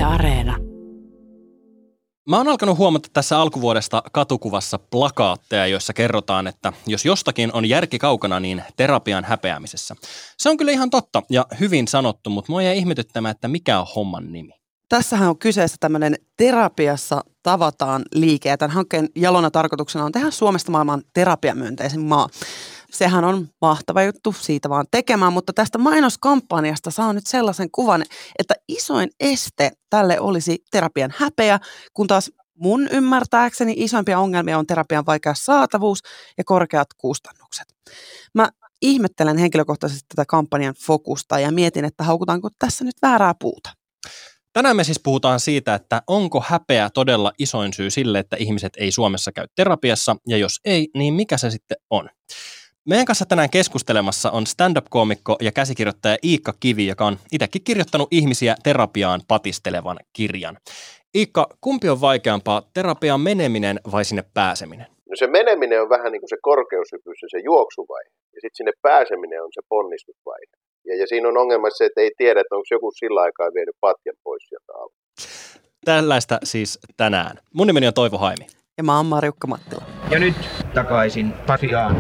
Areena. Mä oon alkanut huomata tässä alkuvuodesta katukuvassa plakaatteja, joissa kerrotaan, että jos jostakin on järki kaukana, niin terapian häpeämisessä. Se on kyllä ihan totta ja hyvin sanottu, mutta mua jäi ihmetyttämään, että mikä on homman nimi. Tässähän on kyseessä tämmöinen terapiassa tavataan liike, ja tämän hankkeen jalona tarkoituksena on tehdä Suomesta maailman terapiamyönteisin maa. Sehän on mahtava juttu, siitä vaan tekemään, mutta tästä mainoskampanjasta saa nyt sellaisen kuvan, että isoin este tälle olisi terapian häpeä, kun taas mun ymmärtääkseni isoimpia ongelmia on terapian vaikea saatavuus ja korkeat kustannukset. Mä ihmettelen henkilökohtaisesti tätä kampanjan fokusta ja mietin, että haukutaanko tässä nyt väärää puuta. Tänään me siis puhutaan siitä, että onko häpeä todella isoin syy sille, että ihmiset ei Suomessa käy terapiassa, ja jos ei, niin mikä se sitten on? Meidän kanssa tänään keskustelemassa on stand-up-koomikko ja käsikirjoittaja Iikka Kivi, joka on itsekin kirjoittanut ihmisiä terapiaan patistelevan kirjan. Iikka, kumpi on vaikeampaa, terapiaan meneminen vai sinne pääseminen? No se meneminen on vähän niin kuin se korkeushypys ja se juoksuvaihe, ja sitten sinne pääseminen on se ponnistusvaihe. Ja siinä on ongelma se, että ei tiedä, että onko joku sillä aikaa vienyt patjan pois sieltä alta. Tällaista siis tänään. Mun nimeni on Toivo Haimi. Ja mä oon Marjukka Mattila. Ja nyt takaisin Pasiaan.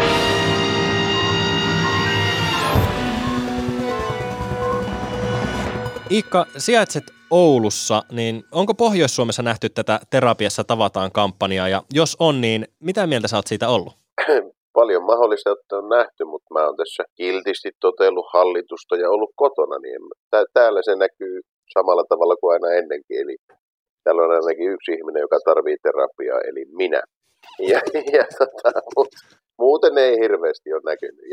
Iikka, sijaitset Oulussa, niin onko Pohjois-Suomessa nähty tätä Terapiassa tavataan -kampanjaa, ja jos on, niin mitä mieltä sä oot siitä ollut? Paljon mahdollista, että on nähty, mutta mä oon tässä kiltisti totellut hallitusta ja ollut kotona, niin täällä se näkyy samalla tavalla kuin aina ennenkin, eli täällä on ainakin yksi ihminen, joka tarvitsee terapiaa, eli minä. Mutta muuten ei hirveästi ole näkynyt.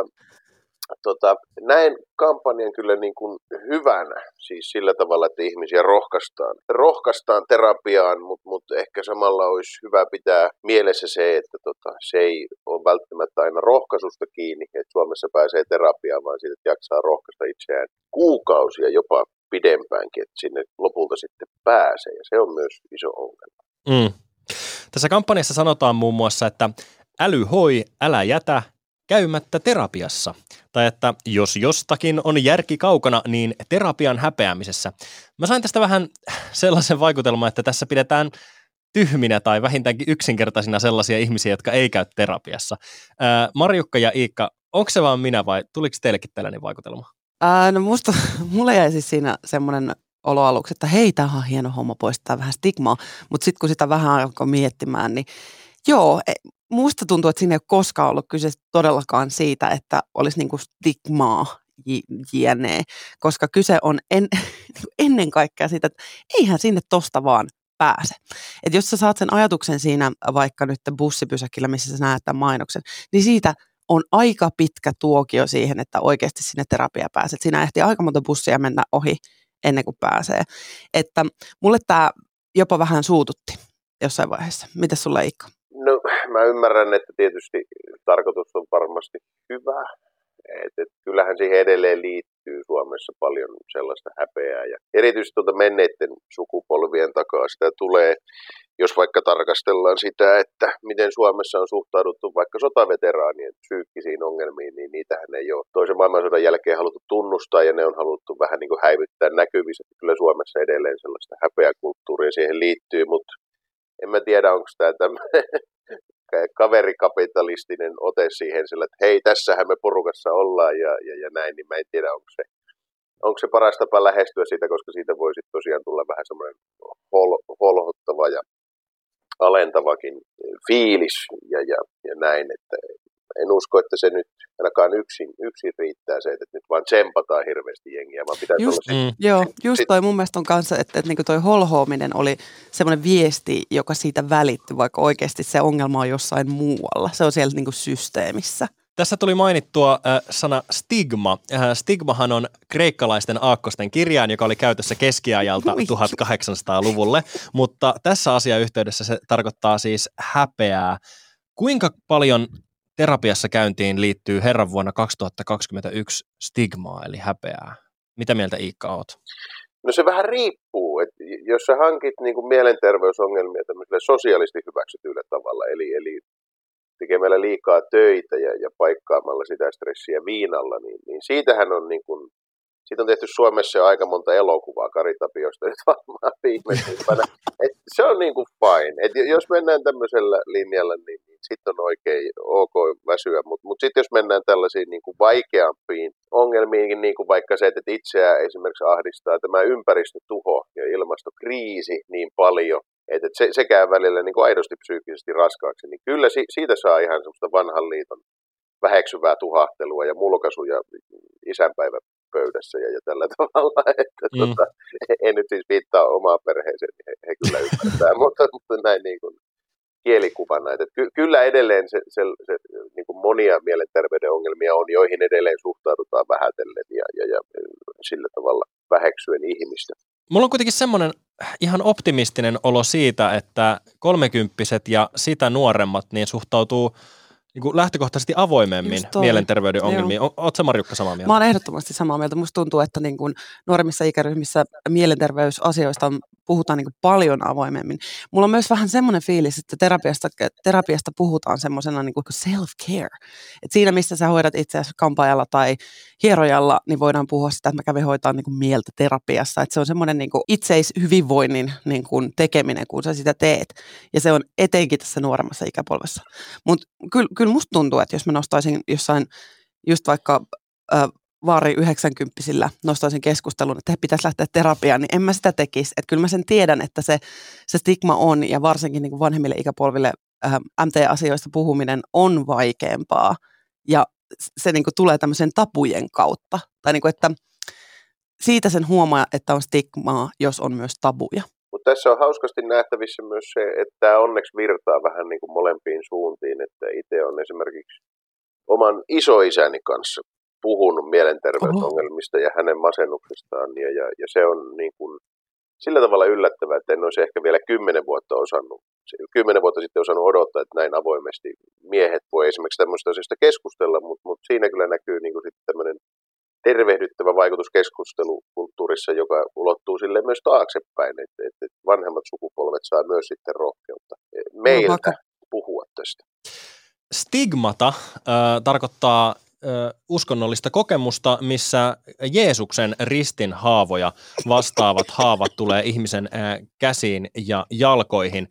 Näen kampanjan kyllä niin kuin hyvänä, siis sillä tavalla, että ihmisiä rohkaistaan terapiaan, mutta ehkä samalla olisi hyvä pitää mielessä se, että se ei ole välttämättä aina rohkaisusta kiinni, että Suomessa pääsee terapiaan, vaan siitä, että jaksaa rohkaista itseään kuukausia, jopa pidempäänkin, että sinne lopulta sitten pääsee, ja se on myös iso ongelma. Tässä kampanjassa sanotaan muun muassa, että äly hoi, älä jätä, käymättä terapiassa. Tai että jos jostakin on järki kaukana, niin terapian häpeämisessä. Mä sain tästä vähän sellaisen vaikutelman, että tässä pidetään tyhminä tai vähintäänkin yksinkertaisina sellaisia ihmisiä, jotka ei käy terapiassa. Marjukka ja Iikka, onko se vaan minä vai tuliko teillekin tällainen vaikutelma? No mulle jäi siis siinä semmoinen olo aluksi, että hei, tämähän on hieno homma, poistaa vähän stigmaa. Mutta sitten kun sitä vähän alkoi miettimään, niin joo, musta tuntuu, että siinä ei ole koskaan ollut kyse todellakaan siitä, että olisi niinku stigmaa jne, koska kyse on ennen kaikkea siitä, että eihän sinne tosta vaan pääse. Että jos sä saat sen ajatuksen siinä vaikka nyt bussipysäkillä, missä sä näet tämän mainoksen, niin siitä on aika pitkä tuokio siihen, että oikeasti sinne terapiaan pääset. Siinä ehtii aika monta bussia mennä ohi ennen kuin pääsee. Että mulle tämä jopa vähän suututti jossain vaiheessa. Mitäs sulle, Iikka? No, mä ymmärrän, että tietysti tarkoitus on varmasti hyvä. Kyllähän siihen edelleen liittyy Suomessa paljon sellaista häpeää. Ja erityisesti menneiden sukupolvien takaa sitä tulee, jos vaikka tarkastellaan sitä, että miten Suomessa on suhtauduttu vaikka sotaveteraanien psyykkisiin ongelmiin, niin niitähän ei ole toisen maailmansodan jälkeen haluttu tunnustaa ja ne on haluttu vähän niin kuin häivyttää näkyvissä. Kyllä Suomessa edelleen sellaista häpeäkulttuuria siihen liittyy, mutta en mä tiedä, onko tämä tämmöinen kaverikapitalistinen ote siihen sillä, että hei, tässähän me porukassa ollaan ja näin, niin mä en tiedä, onko se paras tapa lähestyä siitä, koska siitä voi sitten tosiaan tulla vähän semmoinen holhottava ja alentavakin fiilis ja näin, että en usko, että se nyt ainakaan yksin riittää se, että nyt vaan tsempataan hirveästi jengiä, vaan pitäisi olla Joo, just toi mun mielestä on kanssa, että niinku toi holhoaminen oli semmoinen viesti, joka siitä välittyi, vaikka oikeasti se ongelma on jossain muualla. Se on siellä niinku systeemissä. Tässä tuli mainittua sana stigma. Stigmahan on kreikkalaisten aakkosten kirjain, joka oli käytössä keskiajalta 1800-luvulle, mutta tässä asiayhteydessä se tarkoittaa siis häpeää. Kuinka paljon terapiassa käyntiin liittyy herran vuonna 2021 stigmaa eli häpeää? Mitä mieltä, Iikka, oot? No se vähän riippuu, että jos sä hankit niin kuin mielenterveysongelmia tämmöisellä sosiaalisesti hyväksytyllä tavalla, eli tekemällä liikaa töitä ja paikkaamalla sitä stressiä viinalla, niin siitähän on niin kuin Siitä on tehty Suomessa jo aika monta elokuvaa Kari Tapiosta nyt varmaan viimeisimpänä. Et se on niin kuin fine. Et jos mennään tämmöisellä linjalla, niin sitten on oikein ok väsyä. Mutta sitten jos mennään tällaisiin niin kuin vaikeampiin ongelmiin, niin kuin vaikka se, että itseä esimerkiksi ahdistaa tämä ympäristötuho ja ilmastokriisi niin paljon, että se käy välillä niin kuin aidosti psyykkisesti raskaaksi, niin kyllä siitä saa ihan semmoista vanhan liiton väheksyvää tuhahtelua ja mulkaisuja isänpäiväpöydässä ja tällä tavalla, että en nyt siis viittaa omaa perheeseen, niin he kyllä ymmärtää, mutta näin niin kuin kielikuvana, että kyllä edelleen se niin kuin monia mielenterveyden ongelmia on, joihin edelleen suhtaudutaan vähätellen ja sillä tavalla väheksyen ihmistä. Mulla on kuitenkin semmoinen ihan optimistinen olo siitä, että 30-vuotiaat ja sitä nuoremmat niin suhtautuu niin kuin lähtökohtaisesti avoimemmin mielenterveyden ongelmiin. Oletko sä, Marjukka, samaa mieltä? Mä oon ehdottomasti samaa mieltä. Musta tuntuu, että niin kuin nuoremmissa ikäryhmissä mielenterveysasioista puhutaan niin kuin paljon avoimemmin. Mulla on myös vähän semmoinen fiilis, että terapiasta puhutaan semmoisena niin kuin self-care. Et siinä, missä sä hoidat itseäsi kampaajalla tai hierojalla, niin voidaan puhua sitä, että mä kävin hoitaa niin kuin mieltä terapiassa. Et se on semmoinen niin kuin itseishyvinvoinnin niin kuin tekeminen, kun sä sitä teet. Ja se on etenkin tässä nuoremmassa ikäpolvessa. Mutta kyllä musta tuntuu, että jos mä nostaisin jossain just vaikka vaari 90-sillä nostaisin keskustelun, että he pitäisi lähteä terapiaan, niin en mä sitä tekisi. Että kyllä mä sen tiedän, että se stigma on, ja varsinkin niin kuin vanhemmille ikäpolville MT-asioista puhuminen on vaikeampaa, ja se niin kuin tulee tämmöisen tabujen kautta. Tai niin kuin, että siitä sen huomaa, että on stigmaa, jos on myös tabuja. Mutta tässä on hauskasti nähtävissä myös se, että tämä onneksi virtaa vähän niin kuin molempiin suuntiin, että itse on esimerkiksi oman isoisäni kanssa puhunut mielenterveysongelmista ja hänen masennuksestaan, ja se on niin kuin sillä tavalla yllättävää, että en olisi ehkä vielä 10 vuotta osannut. 10 vuotta sitten osannut odottaa, että näin avoimesti miehet voi esimerkiksi tämmöistä asioista keskustella, mutta siinä kyllä näkyy niin kuin sitten tämmöinen tervehdyttävä vaikutus keskustelukulttuurissa, joka ulottuu silleen myös taaksepäin, että vanhemmat sukupolvet saa myös sitten rohkeutta meiltä puhua tästä. Stigmata tarkoittaa uskonnollista kokemusta, missä Jeesuksen ristin haavoja vastaavat haavat tulee ihmisen käsiin ja jalkoihin.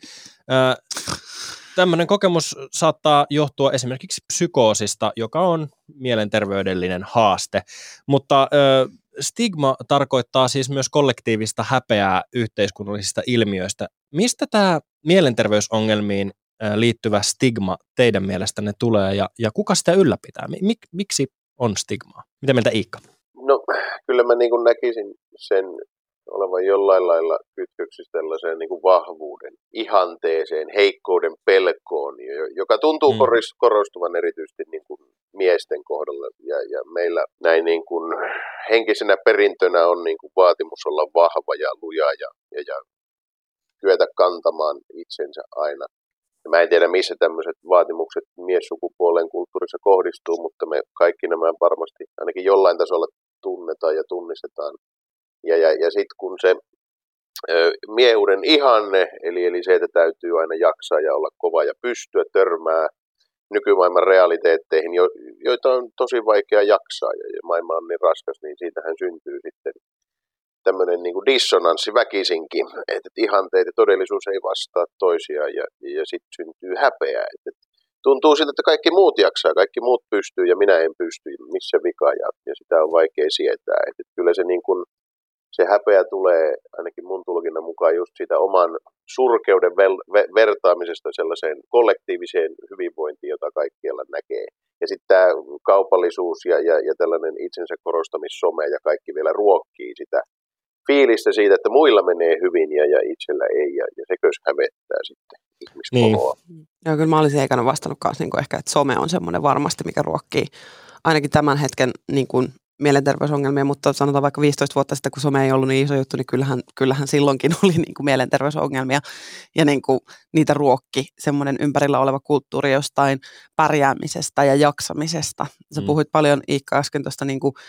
Tämmöinen kokemus saattaa johtua esimerkiksi psykoosista, joka on mielenterveydellinen haaste, mutta stigma tarkoittaa siis myös kollektiivista häpeää yhteiskunnallisista ilmiöistä. Mistä tämä mielenterveysongelmiin liittyvä stigma teidän mielestänne tulee ja kuka sitä ylläpitää? Miksi on stigmaa? Mitä mieltä Iikka? No kyllä mä niin kuin näkisin sen olevan jollain lailla kytköksissä tällaiseen niin kuin vahvuuden, ihanteeseen, heikkouden pelkoon, joka tuntuu korostuvan erityisesti niin kuin miesten kohdalla. Ja meillä näin niin kuin henkisenä perintönä on niin kuin vaatimus olla vahva ja luja ja kyetä kantamaan itsensä aina. Ja mä en tiedä, missä tämmöiset vaatimukset miessukupuolen kulttuurissa kohdistuu, mutta me kaikki nämä varmasti ainakin jollain tasolla tunnetaan ja tunnistetaan. Ja sitten kun se miehuuden ihanne, eli se, että täytyy aina jaksaa ja olla kova ja pystyä törmää nykymaailman realiteetteihin, joita on tosi vaikea jaksaa ja maailma on niin raskas, niin siitähän syntyy sitten tämmöinen niin kuin dissonanssi väkisinkin, että ihanteet ja todellisuus ei vastaa toisiaan ja sitten syntyy häpeä. Et tuntuu siltä, että kaikki muut jaksaa, kaikki muut pystyy ja minä en pysty, missä vika ja sitä on vaikea sietää. Et kyllä se, niin kuin, se häpeä tulee ainakin mun tulkinnan mukaan just siitä oman surkeuden vertaamisesta sellaiseen kollektiiviseen hyvinvointiin, jota kaikkialla näkee. Ja sitten tämä kaupallisuus ja tällainen itsensä korostamissome ja kaikki vielä ruokkii sitä fiilistä siitä, että muilla menee hyvin ja itsellä ei, ja sekös hävettää sitten ihmiskoloa. Niin. Joo, kyllä mä olisin eikä vastannut kanssa niin ehkä, että some on semmoinen varmasti, mikä ruokkii ainakin tämän hetken niin kuin mielenterveysongelmia, mutta sanotaan vaikka 15 vuotta sitten, kun some ei ollut niin iso juttu, niin kyllähän silloinkin oli niin kuin mielenterveysongelmia ja niin kuin niitä ruokki semmoinen ympärillä oleva kulttuuri jostain pärjäämisestä ja jaksamisesta. Sä puhuit paljon, Iikka, äsken tuosta niin kuin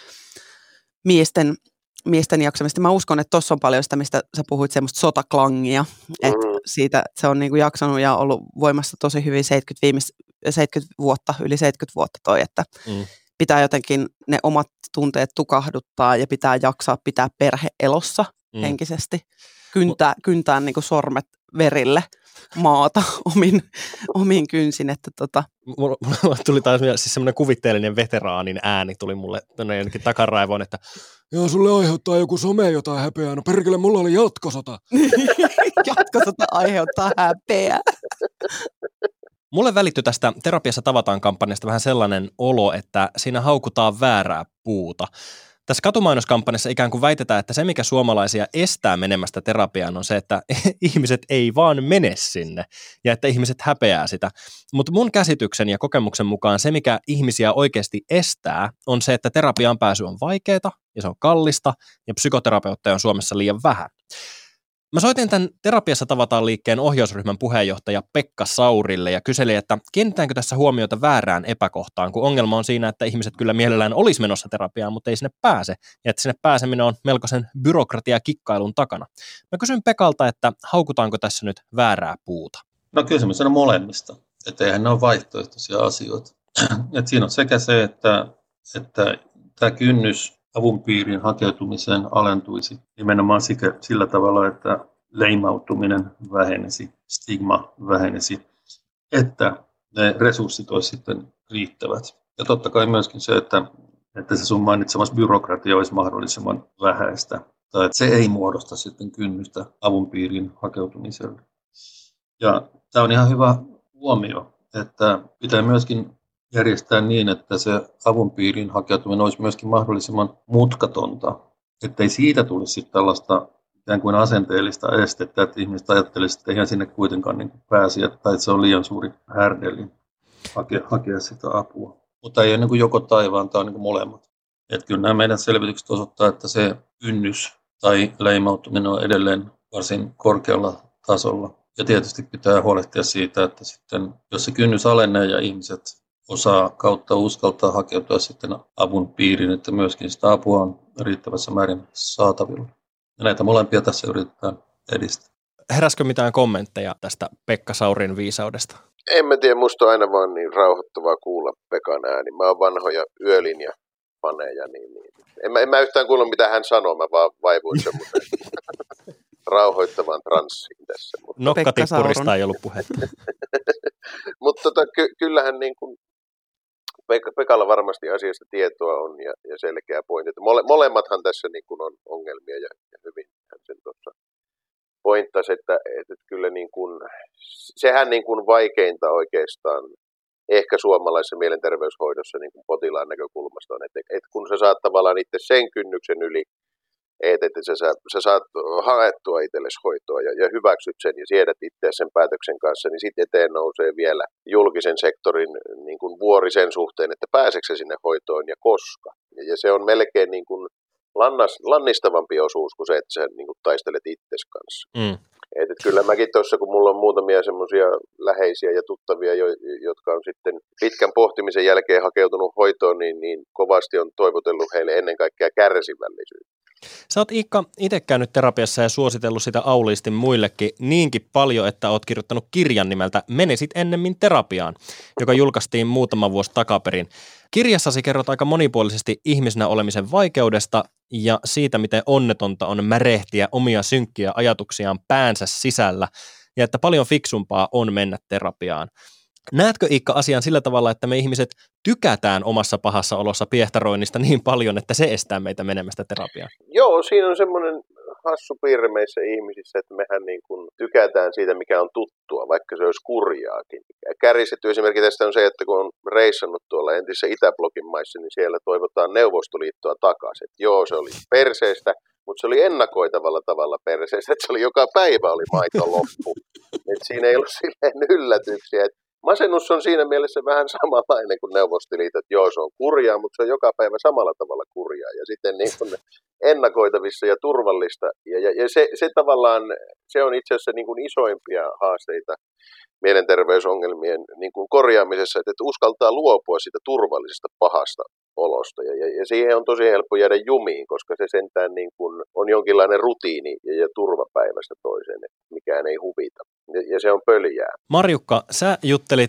miesten jaksamista. Mä uskon, että tuossa on paljon sitä, mistä sä puhuit, semmoista sotaklangia, että siitä se on niin kuin jaksanut ja ollut voimassa tosi hyvin yli 70 vuotta toi, että pitää jotenkin ne omat tunteet tukahduttaa ja pitää jaksaa pitää perhe elossa henkisesti. Kyntää niin kuin sormet verille maata omin kynsin. Että Mulla tuli taas siis semmoinen kuvitteellinen veteraanin ääni tuli mulle tuonne jonnekin takaraivoon, että joo, sulle aiheuttaa joku some jotain häpeää. No perkele, mulla oli jatkosota. Jatkosota aiheuttaa häpeää. Mulle välittyi tästä Terapiassa tavataan -kampanjasta vähän sellainen olo, että siinä haukutaan väärää puuta. Tässä katumainouskampanjassa ikään kuin väitetään, että se, mikä suomalaisia estää menemästä terapiaan, on se, että ihmiset ei vaan mene sinne ja että ihmiset häpeää sitä. Mutta mun käsityksen ja kokemuksen mukaan se, mikä ihmisiä oikeasti estää, on se, että terapiaan pääsy on vaikeaa ja se on kallista ja psykoterapeutteja on Suomessa liian vähän. Mä soitin tämän Terapiassa tavataan -liikkeen ohjausryhmän puheenjohtaja Pekka Saurille ja kyselin, että kiinnitetäänkö tässä huomiota väärään epäkohtaan, kun ongelma on siinä, että ihmiset kyllä mielellään olisi menossa terapiaan, mutta ei sinne pääse, ja että sinne pääseminen on melkoisen byrokratia-kikkailun takana. Mä kysyn Pekalta, että haukutaanko tässä nyt väärää puuta? No kysymys on molemmista, että eihän ne ole vaihtoehtoisia asioita. Et siinä on sekä se, että tämä kynnys avun piiriin hakeutumiseen alentuisi nimenomaan sillä tavalla, että leimautuminen vähenisi, stigma vähenisi, että ne resurssit olisi sitten riittävät. Ja totta kai myöskin se, että se sun mainitsemas byrokratia olisi mahdollisimman vähäistä, tai että se ei muodosta sitten kynnystä avun piiriin hakeutumiselle. Ja tämä on ihan hyvä huomio, että pitää myöskin järjestää niin, että se avun piiriin hakeutuminen olisi myöskin mahdollisimman mutkatonta, ettei siitä tulisi tällaista ikään kuin asenteellista estettä, että ihmiset ajattelisivat, että eihän sinne kuitenkaan niin pääse, tai että se on liian suuri härdeli hakea sitä apua. Mutta ei ole niin kuin joko taivaan, tämä on niin kuin molemmat. Että kyllä nämä meidän selvitykset osoittaa, että se kynnys tai leimautuminen on edelleen varsin korkealla tasolla. Ja tietysti pitää huolehtia siitä, että sitten, jos se kynnys alenee ja ihmiset osaa kautta uskaltaa hakeutua sitten avun piiriin, että myöskin sitä apua on riittävässä määrin saatavilla. Ja näitä molempia tässä yritetään edistää. Heräskö mitään kommentteja tästä Pekka Saurin viisaudesta? En mä tiedä, musta on aina vaan niin rauhoittavaa kuulla Pekan ääni. Mä oon vanhoja yölinja-faneja, niin. En mä yhtään kuulla, mitä hän sanoo, mä vaan vaivuin semmoisen rauhoittavan transsiin tässä. Nokkatippurista ei ollut puhetta. Mutta kyllähän niin kuin Pekalla varmasti asiasta tietoa on ja selkeä pointti. Molemmathan tässä niin kuin on ongelmia ja hyvin hän sen tuossa pointtasi, että kyllä niin kuin, sehän niin kuin vaikeinta oikeastaan ehkä suomalaisessa mielenterveyshoidossa niin kuin potilaan näkökulmasta on, että kun sä saat tavallaan itse sen kynnyksen yli, että sä saat haettua itsellesi hoitoa ja hyväksyt sen ja siedät itse sen päätöksen kanssa, niin sitten eteen nousee vielä julkisen sektorin niin kuin vuori sen suhteen, että pääseekö se sinne hoitoon ja koska. Ja se on melkein niin kuin lannistavampi osuus kuin se, että sä niin kuin taistelet itsesi kanssa. Et kyllä mäkin tuossa, kun mulla on muutamia semmoisia läheisiä ja tuttavia, jotka on sitten pitkän pohtimisen jälkeen hakeutunut hoitoon, niin kovasti on toivotellut heille ennen kaikkea kärsivällisyyttä. Sä oot, Iikka, itse käynyt terapiassa ja suositellut sitä auliisti muillekin niinkin paljon, että oot kirjoittanut kirjan nimeltä Menisit ennemmin terapiaan, joka julkaistiin muutama vuosi takaperin. Kirjassasi kerrot aika monipuolisesti ihmisenä olemisen vaikeudesta ja siitä, miten onnetonta on märehtiä omia synkkiä ajatuksiaan päänsä sisällä ja että paljon fiksumpaa on mennä terapiaan. Näetkö, Iikka, asian sillä tavalla, että me ihmiset tykätään omassa pahassa olossa piehtaroinnista niin paljon, että se estää meitä menemästä terapiaan? Joo, siinä on semmoinen hassu piirre meissä ihmisissä, että mehän niin kuin tykätään siitä, mikä on tuttua, vaikka se olisi kurjaakin. Kärjistetty esimerkki tästä on se, että kun on reissannut tuolla entisissä Itäblogin maissa, niin siellä toivotaan Neuvostoliittoa takaisin. Että joo, se oli perseestä, mutta se oli ennakoitavalla tavalla perseestä, että se oli joka päivä oli maito loppu. Että siinä ei ollut silleen yllätyksiä. Masennus on siinä mielessä vähän samanlainen kuin Neuvostoliitto, että joo, se on kurjaa, mutta se on joka päivä samalla tavalla kurjaa. Ja sitten niin kuin ennakoitavissa ja turvallista. Ja se tavallaan, se on itse asiassa niin kuin isoimpia haasteita mielenterveysongelmien niin kuin korjaamisessa, että uskaltaa luopua siitä turvallisesta pahasta olosta. Ja siihen on tosi helppo jäädä jumiin, koska se sentään niin kuin on jonkinlainen rutiini ja turva päivästä toiseen, että mikään ei huvita. Ja se on pöljää. Marjukka, sä juttelit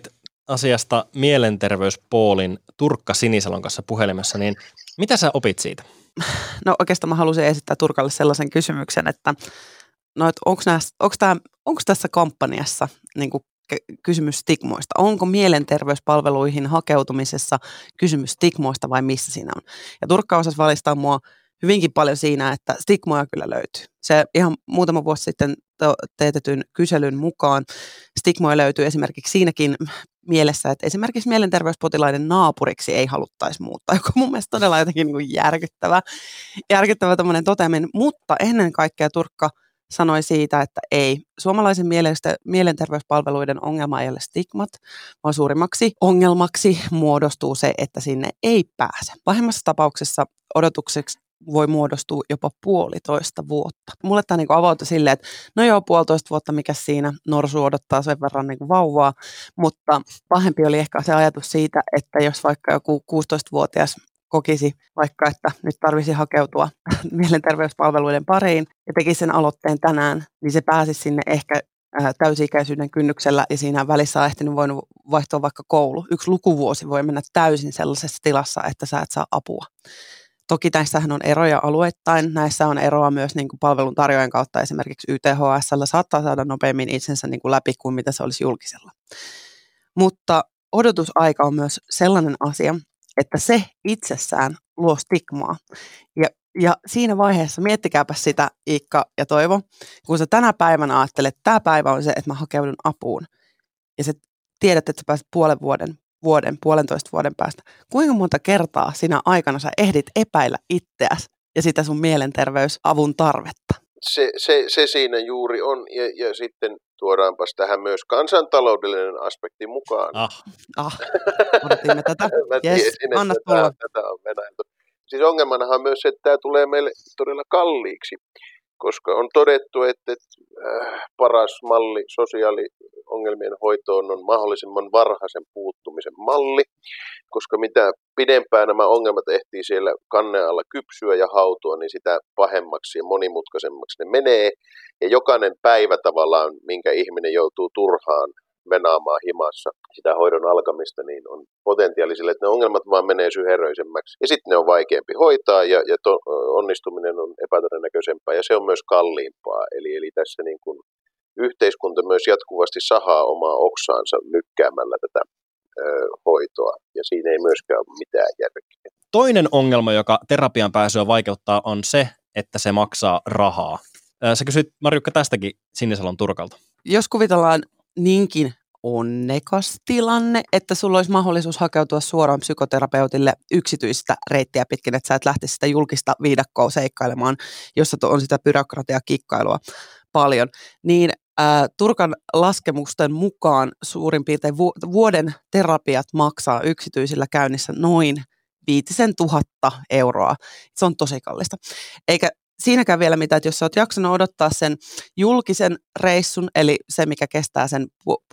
asiasta mielenterveyspoolin Turkka Sinisalon kanssa puhelimessa, niin mitä sä opit siitä? No oikeastaan mä halusin esittää Turkalle sellaisen kysymyksen, että no, onko tässä kampanjassa niin kuin kysymys stigmoista? Onko mielenterveyspalveluihin hakeutumisessa kysymys stigmoista vai missä siinä on? Ja Turkka osasi valistaa mua hyvinkin paljon siinä, että stigmoja kyllä löytyy. Se ihan muutama vuosi sitten teetetyn kyselyn mukaan stigmoja löytyy esimerkiksi siinäkin mielessä, että esimerkiksi mielenterveyspotilaiden naapuriksi ei haluttaisi muuttaa, joka on mun mielestä todella jotenkin niin kuin järkyttävä tämmöinen toteamin, mutta ennen kaikkea Turkka sanoi siitä, että ei. Suomalaisen mielenterveyspalveluiden ongelma ei ole stigmat, vaan suurimmaksi ongelmaksi muodostuu se, että sinne ei pääse. Pahimmassa tapauksessa odotukseksi voi muodostua jopa 1,5 vuotta. Mulle tämä niin avautui silleen, että no joo, 1,5 vuotta, mikä siinä, norsu odottaa sen verran niin vauvaa, mutta pahempi oli ehkä se ajatus siitä, että jos vaikka joku 16-vuotias kokisi vaikka, että nyt tarvisi hakeutua mielenterveyspalveluiden pariin ja teki sen aloitteen tänään, niin se pääsisi sinne ehkä täysi-ikäisyyden kynnyksellä ja siinä välissä on ehtinyt voinut vaihtua vaikka koulu. 1 lukuvuosi voi mennä täysin sellaisessa tilassa, että sä et saa apua. Toki näissähän on eroja alueittain. Näissä on eroa myös niin kuin palveluntarjoajan kautta. Esimerkiksi YTHS:llä saattaa saada nopeammin itsensä niin kuin läpi kuin mitä se olisi julkisella. Mutta odotusaika on myös sellainen asia, että se itsessään luo stigmaa. Ja siinä vaiheessa miettikääpä sitä, Iikka ja Toivo, kun sä tänä päivänä ajattelet, että tämä päivä on se, että mä hakeudun apuun. Ja sä tiedät, että sä pääset 1,5 vuoden päästä. Kuinka monta kertaa sinä aikana sä ehdit epäillä itseäsi ja sitä sun mielenterveysavun tarvetta? Se siinä juuri on, ja sitten tuodaanpas tähän myös kansantaloudellinen aspekti mukaan. Odotimme tätä. Mä tiesin, anna että tulla. tätä on venäjältä. Siis ongelmanahan on myös se, että tämä tulee meille todella kalliiksi, koska on todettu, että paras malli sosiaaliongelmien hoitoon on mahdollisimman varhaisen puuttumisen malli, koska mitä pidempään nämä ongelmat ehtii siellä kannen alla kypsyä ja hautua, niin sitä pahemmaksi ja monimutkaisemmaksi ne menee. Ja jokainen päivä tavallaan, minkä ihminen joutuu turhaan venaamaan himassa sitä hoidon alkamista, niin on potentiaalisille, että ne ongelmat vaan menee syheröisemmäksi. Ja sitten ne on vaikeampi hoitaa ja onnistuminen on epätodennäköisempää ja se on myös kalliimpaa. Eli tässä niin kuin yhteiskunta myös jatkuvasti sahaa omaa oksaansa lykkäämällä tätä hoitoa ja siinä ei myöskään ole mitään järkeä. Toinen ongelma, joka terapian pääsyä vaikeuttaa, on se, että se maksaa rahaa. Sä kysyt, Marjukka, tästäkin Sinisalon Turkalta. Jos kuvitellaan niinkin onnekas tilanne, että sulla olisi mahdollisuus hakeutua suoraan psykoterapeutille yksityistä reittiä pitkin, että sä et lähtisi sitä julkista viidakkoa seikkailemaan, jossa on sitä byrokratiakikkailua paljon, niin Turkan laskemusten mukaan suurin piirtein vuoden terapiat maksaa yksityisillä käynnissä noin 5 000 euroa. Se on tosi kallista. Eikä siinäkään vielä mitään, että jos sä oot jaksanut odottaa sen julkisen reissun, eli se mikä kestää sen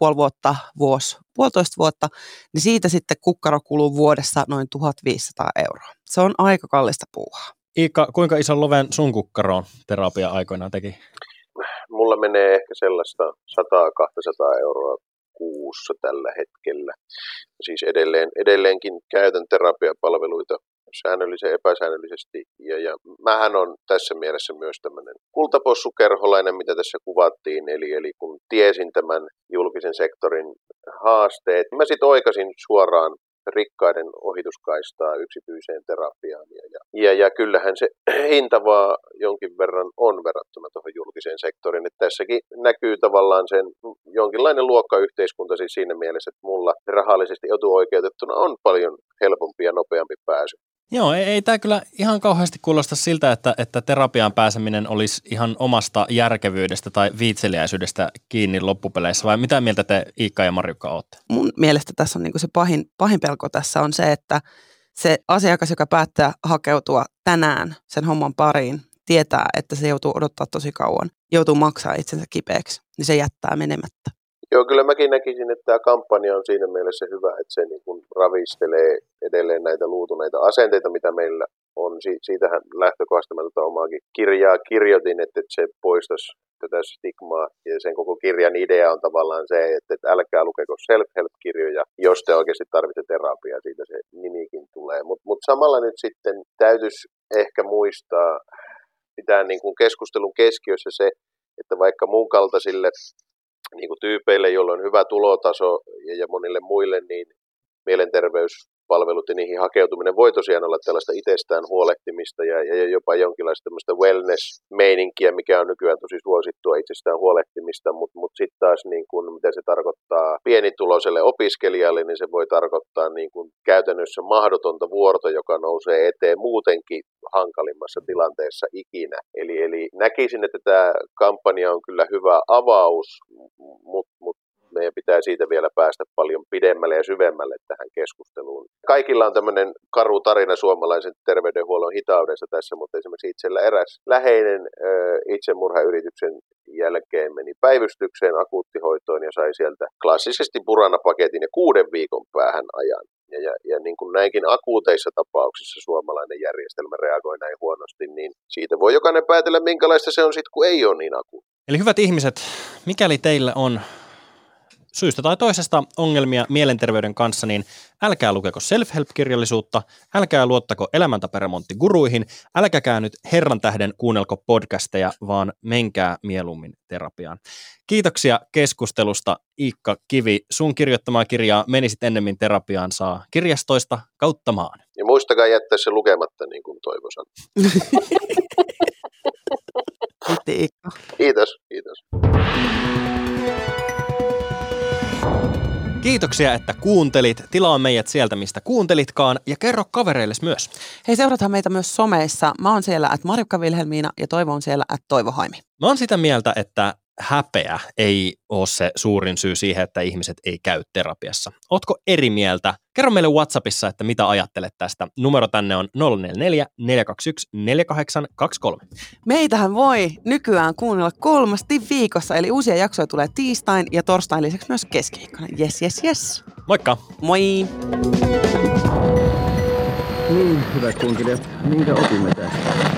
1,5 vuotta, niin siitä sitten kukkaro kuluu vuodessa noin 1 500 euroa. Se on aika kallista puuhaa. Iikka, kuinka ison loven sun kukkaroon terapia aikoinaan teki? Mulla menee ehkä sellaista 100-200 euroa kuussa tällä hetkellä. Siis edelleenkin käytän terapiapalveluita säännöllisen epäsäännöllisesti. Ja mähän on tässä mielessä myös tämmöinen kultapossukerholainen, mitä tässä kuvattiin. Eli kun tiesin tämän julkisen sektorin haasteet, mä sitten oikasin suoraan rikkaiden ohituskaistaa yksityiseen terapiaan. Ja kyllähän se hinta vaan jonkin verran on verrattuna tuohon julkiseen sektoriin. Että tässäkin näkyy tavallaan sen jonkinlainen luokkayhteiskunta siis siinä mielessä, että mulla rahallisesti etuoikeutettuna on paljon helpompi ja nopeampi pääsy. Joo, ei tämä kyllä ihan kauheasti kuulosta siltä, että terapiaan pääseminen olisi ihan omasta järkevyydestä tai viitseliäisyydestä kiinni loppupeleissä, vai mitä mieltä te Iikka ja Marjukka olette? Mun mielestä tässä on se pahin pelko tässä on se, että se asiakas, joka päättää hakeutua tänään sen homman pariin, tietää, että se joutuu odottaa tosi kauan, joutuu maksaa itsensä kipeäksi, niin se jättää menemättä. Joo, kyllä mäkin näkisin, että tämä kampanja on siinä mielessä hyvä, että se niin kuin ravistelee edelleen näitä luutuneita asenteita, mitä meillä on. Siitähän lähtökohdasta mä omaakin kirjaa kirjoitin, että se poistaisi tätä stigmaa. Ja sen koko kirjan idea on tavallaan se, että älkää lukeko self-help-kirjoja, jos te oikeasti tarvitsette terapiaa, siitä se nimikin tulee. Mutta samalla nyt sitten täytyisi ehkä muistaa, pitää niin kuin keskustelun keskiössä se, että vaikka mun kaltaisille niin kuin tyypeille, joilla on hyvä tulotaso ja monille muille, niin mielenterveyspalvelut ja niihin hakeutuminen voi tosiaan olla tällaista itsestään huolehtimista ja jopa jonkinlaista tämmöistä wellness-meininkiä, mikä on nykyään tosi suosittua itsestään huolehtimista, mutta sitten taas niin kun, mitä se tarkoittaa pienituloiselle opiskelijalle, niin se voi tarkoittaa niin kun käytännössä mahdotonta vuorta, joka nousee eteen muutenkin hankalimmassa tilanteessa ikinä. Eli näkisin, että tämä kampanja on kyllä hyvä avaus, mutta meidän pitää siitä vielä päästä paljon pidemmälle ja syvemmälle tähän keskusteluun. Kaikilla on tämmöinen karu tarina suomalaisen terveydenhuollon hitaudessa tässä, mutta esimerkiksi itsellä eräs läheinen itsemurhayrityksen jälkeen meni päivystykseen akuuttihoitoon ja sai sieltä klassisesti Burana-paketin ja 6 viikon päähän ajan. Ja niin kuin näinkin akuuteissa tapauksissa suomalainen järjestelmä reagoi näin huonosti, niin siitä voi jokainen päätellä, minkälaista se on sitten, kun ei ole niin akuutti. Eli hyvät ihmiset, mikäli teillä on syystä tai toisesta ongelmia mielenterveyden kanssa, niin älkää lukeko self-help-kirjallisuutta, älkää luottako elämäntaparemonttiguruihin, älkääkää nyt herran tähden kuunnelko podcasteja, vaan menkää mieluummin terapiaan. Kiitoksia keskustelusta, Iikka Kivi. Sun kirjoittamaa kirjaa Menisit ennemmin terapiaan saa kirjastoista kautta maan. Ja muistakaa jättää se lukematta, niin kuin Toivo sanoi. Kiitti, Iikka. Kiitos. Kiitoksia, että kuuntelit. Tilaa meidät sieltä, mistä kuuntelitkaan, ja kerro kavereilles myös. Hei, seurathan meitä myös someissa. Mä oon siellä @Marjukka-Vilhelmiina ja Toivo on siellä @Toivo-Haimi. Mä oon sitä mieltä, että häpeä ei ole se suurin syy siihen, että ihmiset ei käy terapiassa. Ootko eri mieltä? Kerro meille WhatsAppissa, että mitä ajattelet tästä. Numero tänne on 044 421 4823. Meitähän voi nykyään kuunnella 3 viikossa, eli uusia jaksoja tulee tiistain ja torstain lisäksi myös keskiviikkona. Yes. Moikka! Moi! Niin, hyvät kuuntelijat, minkä opimme tästä?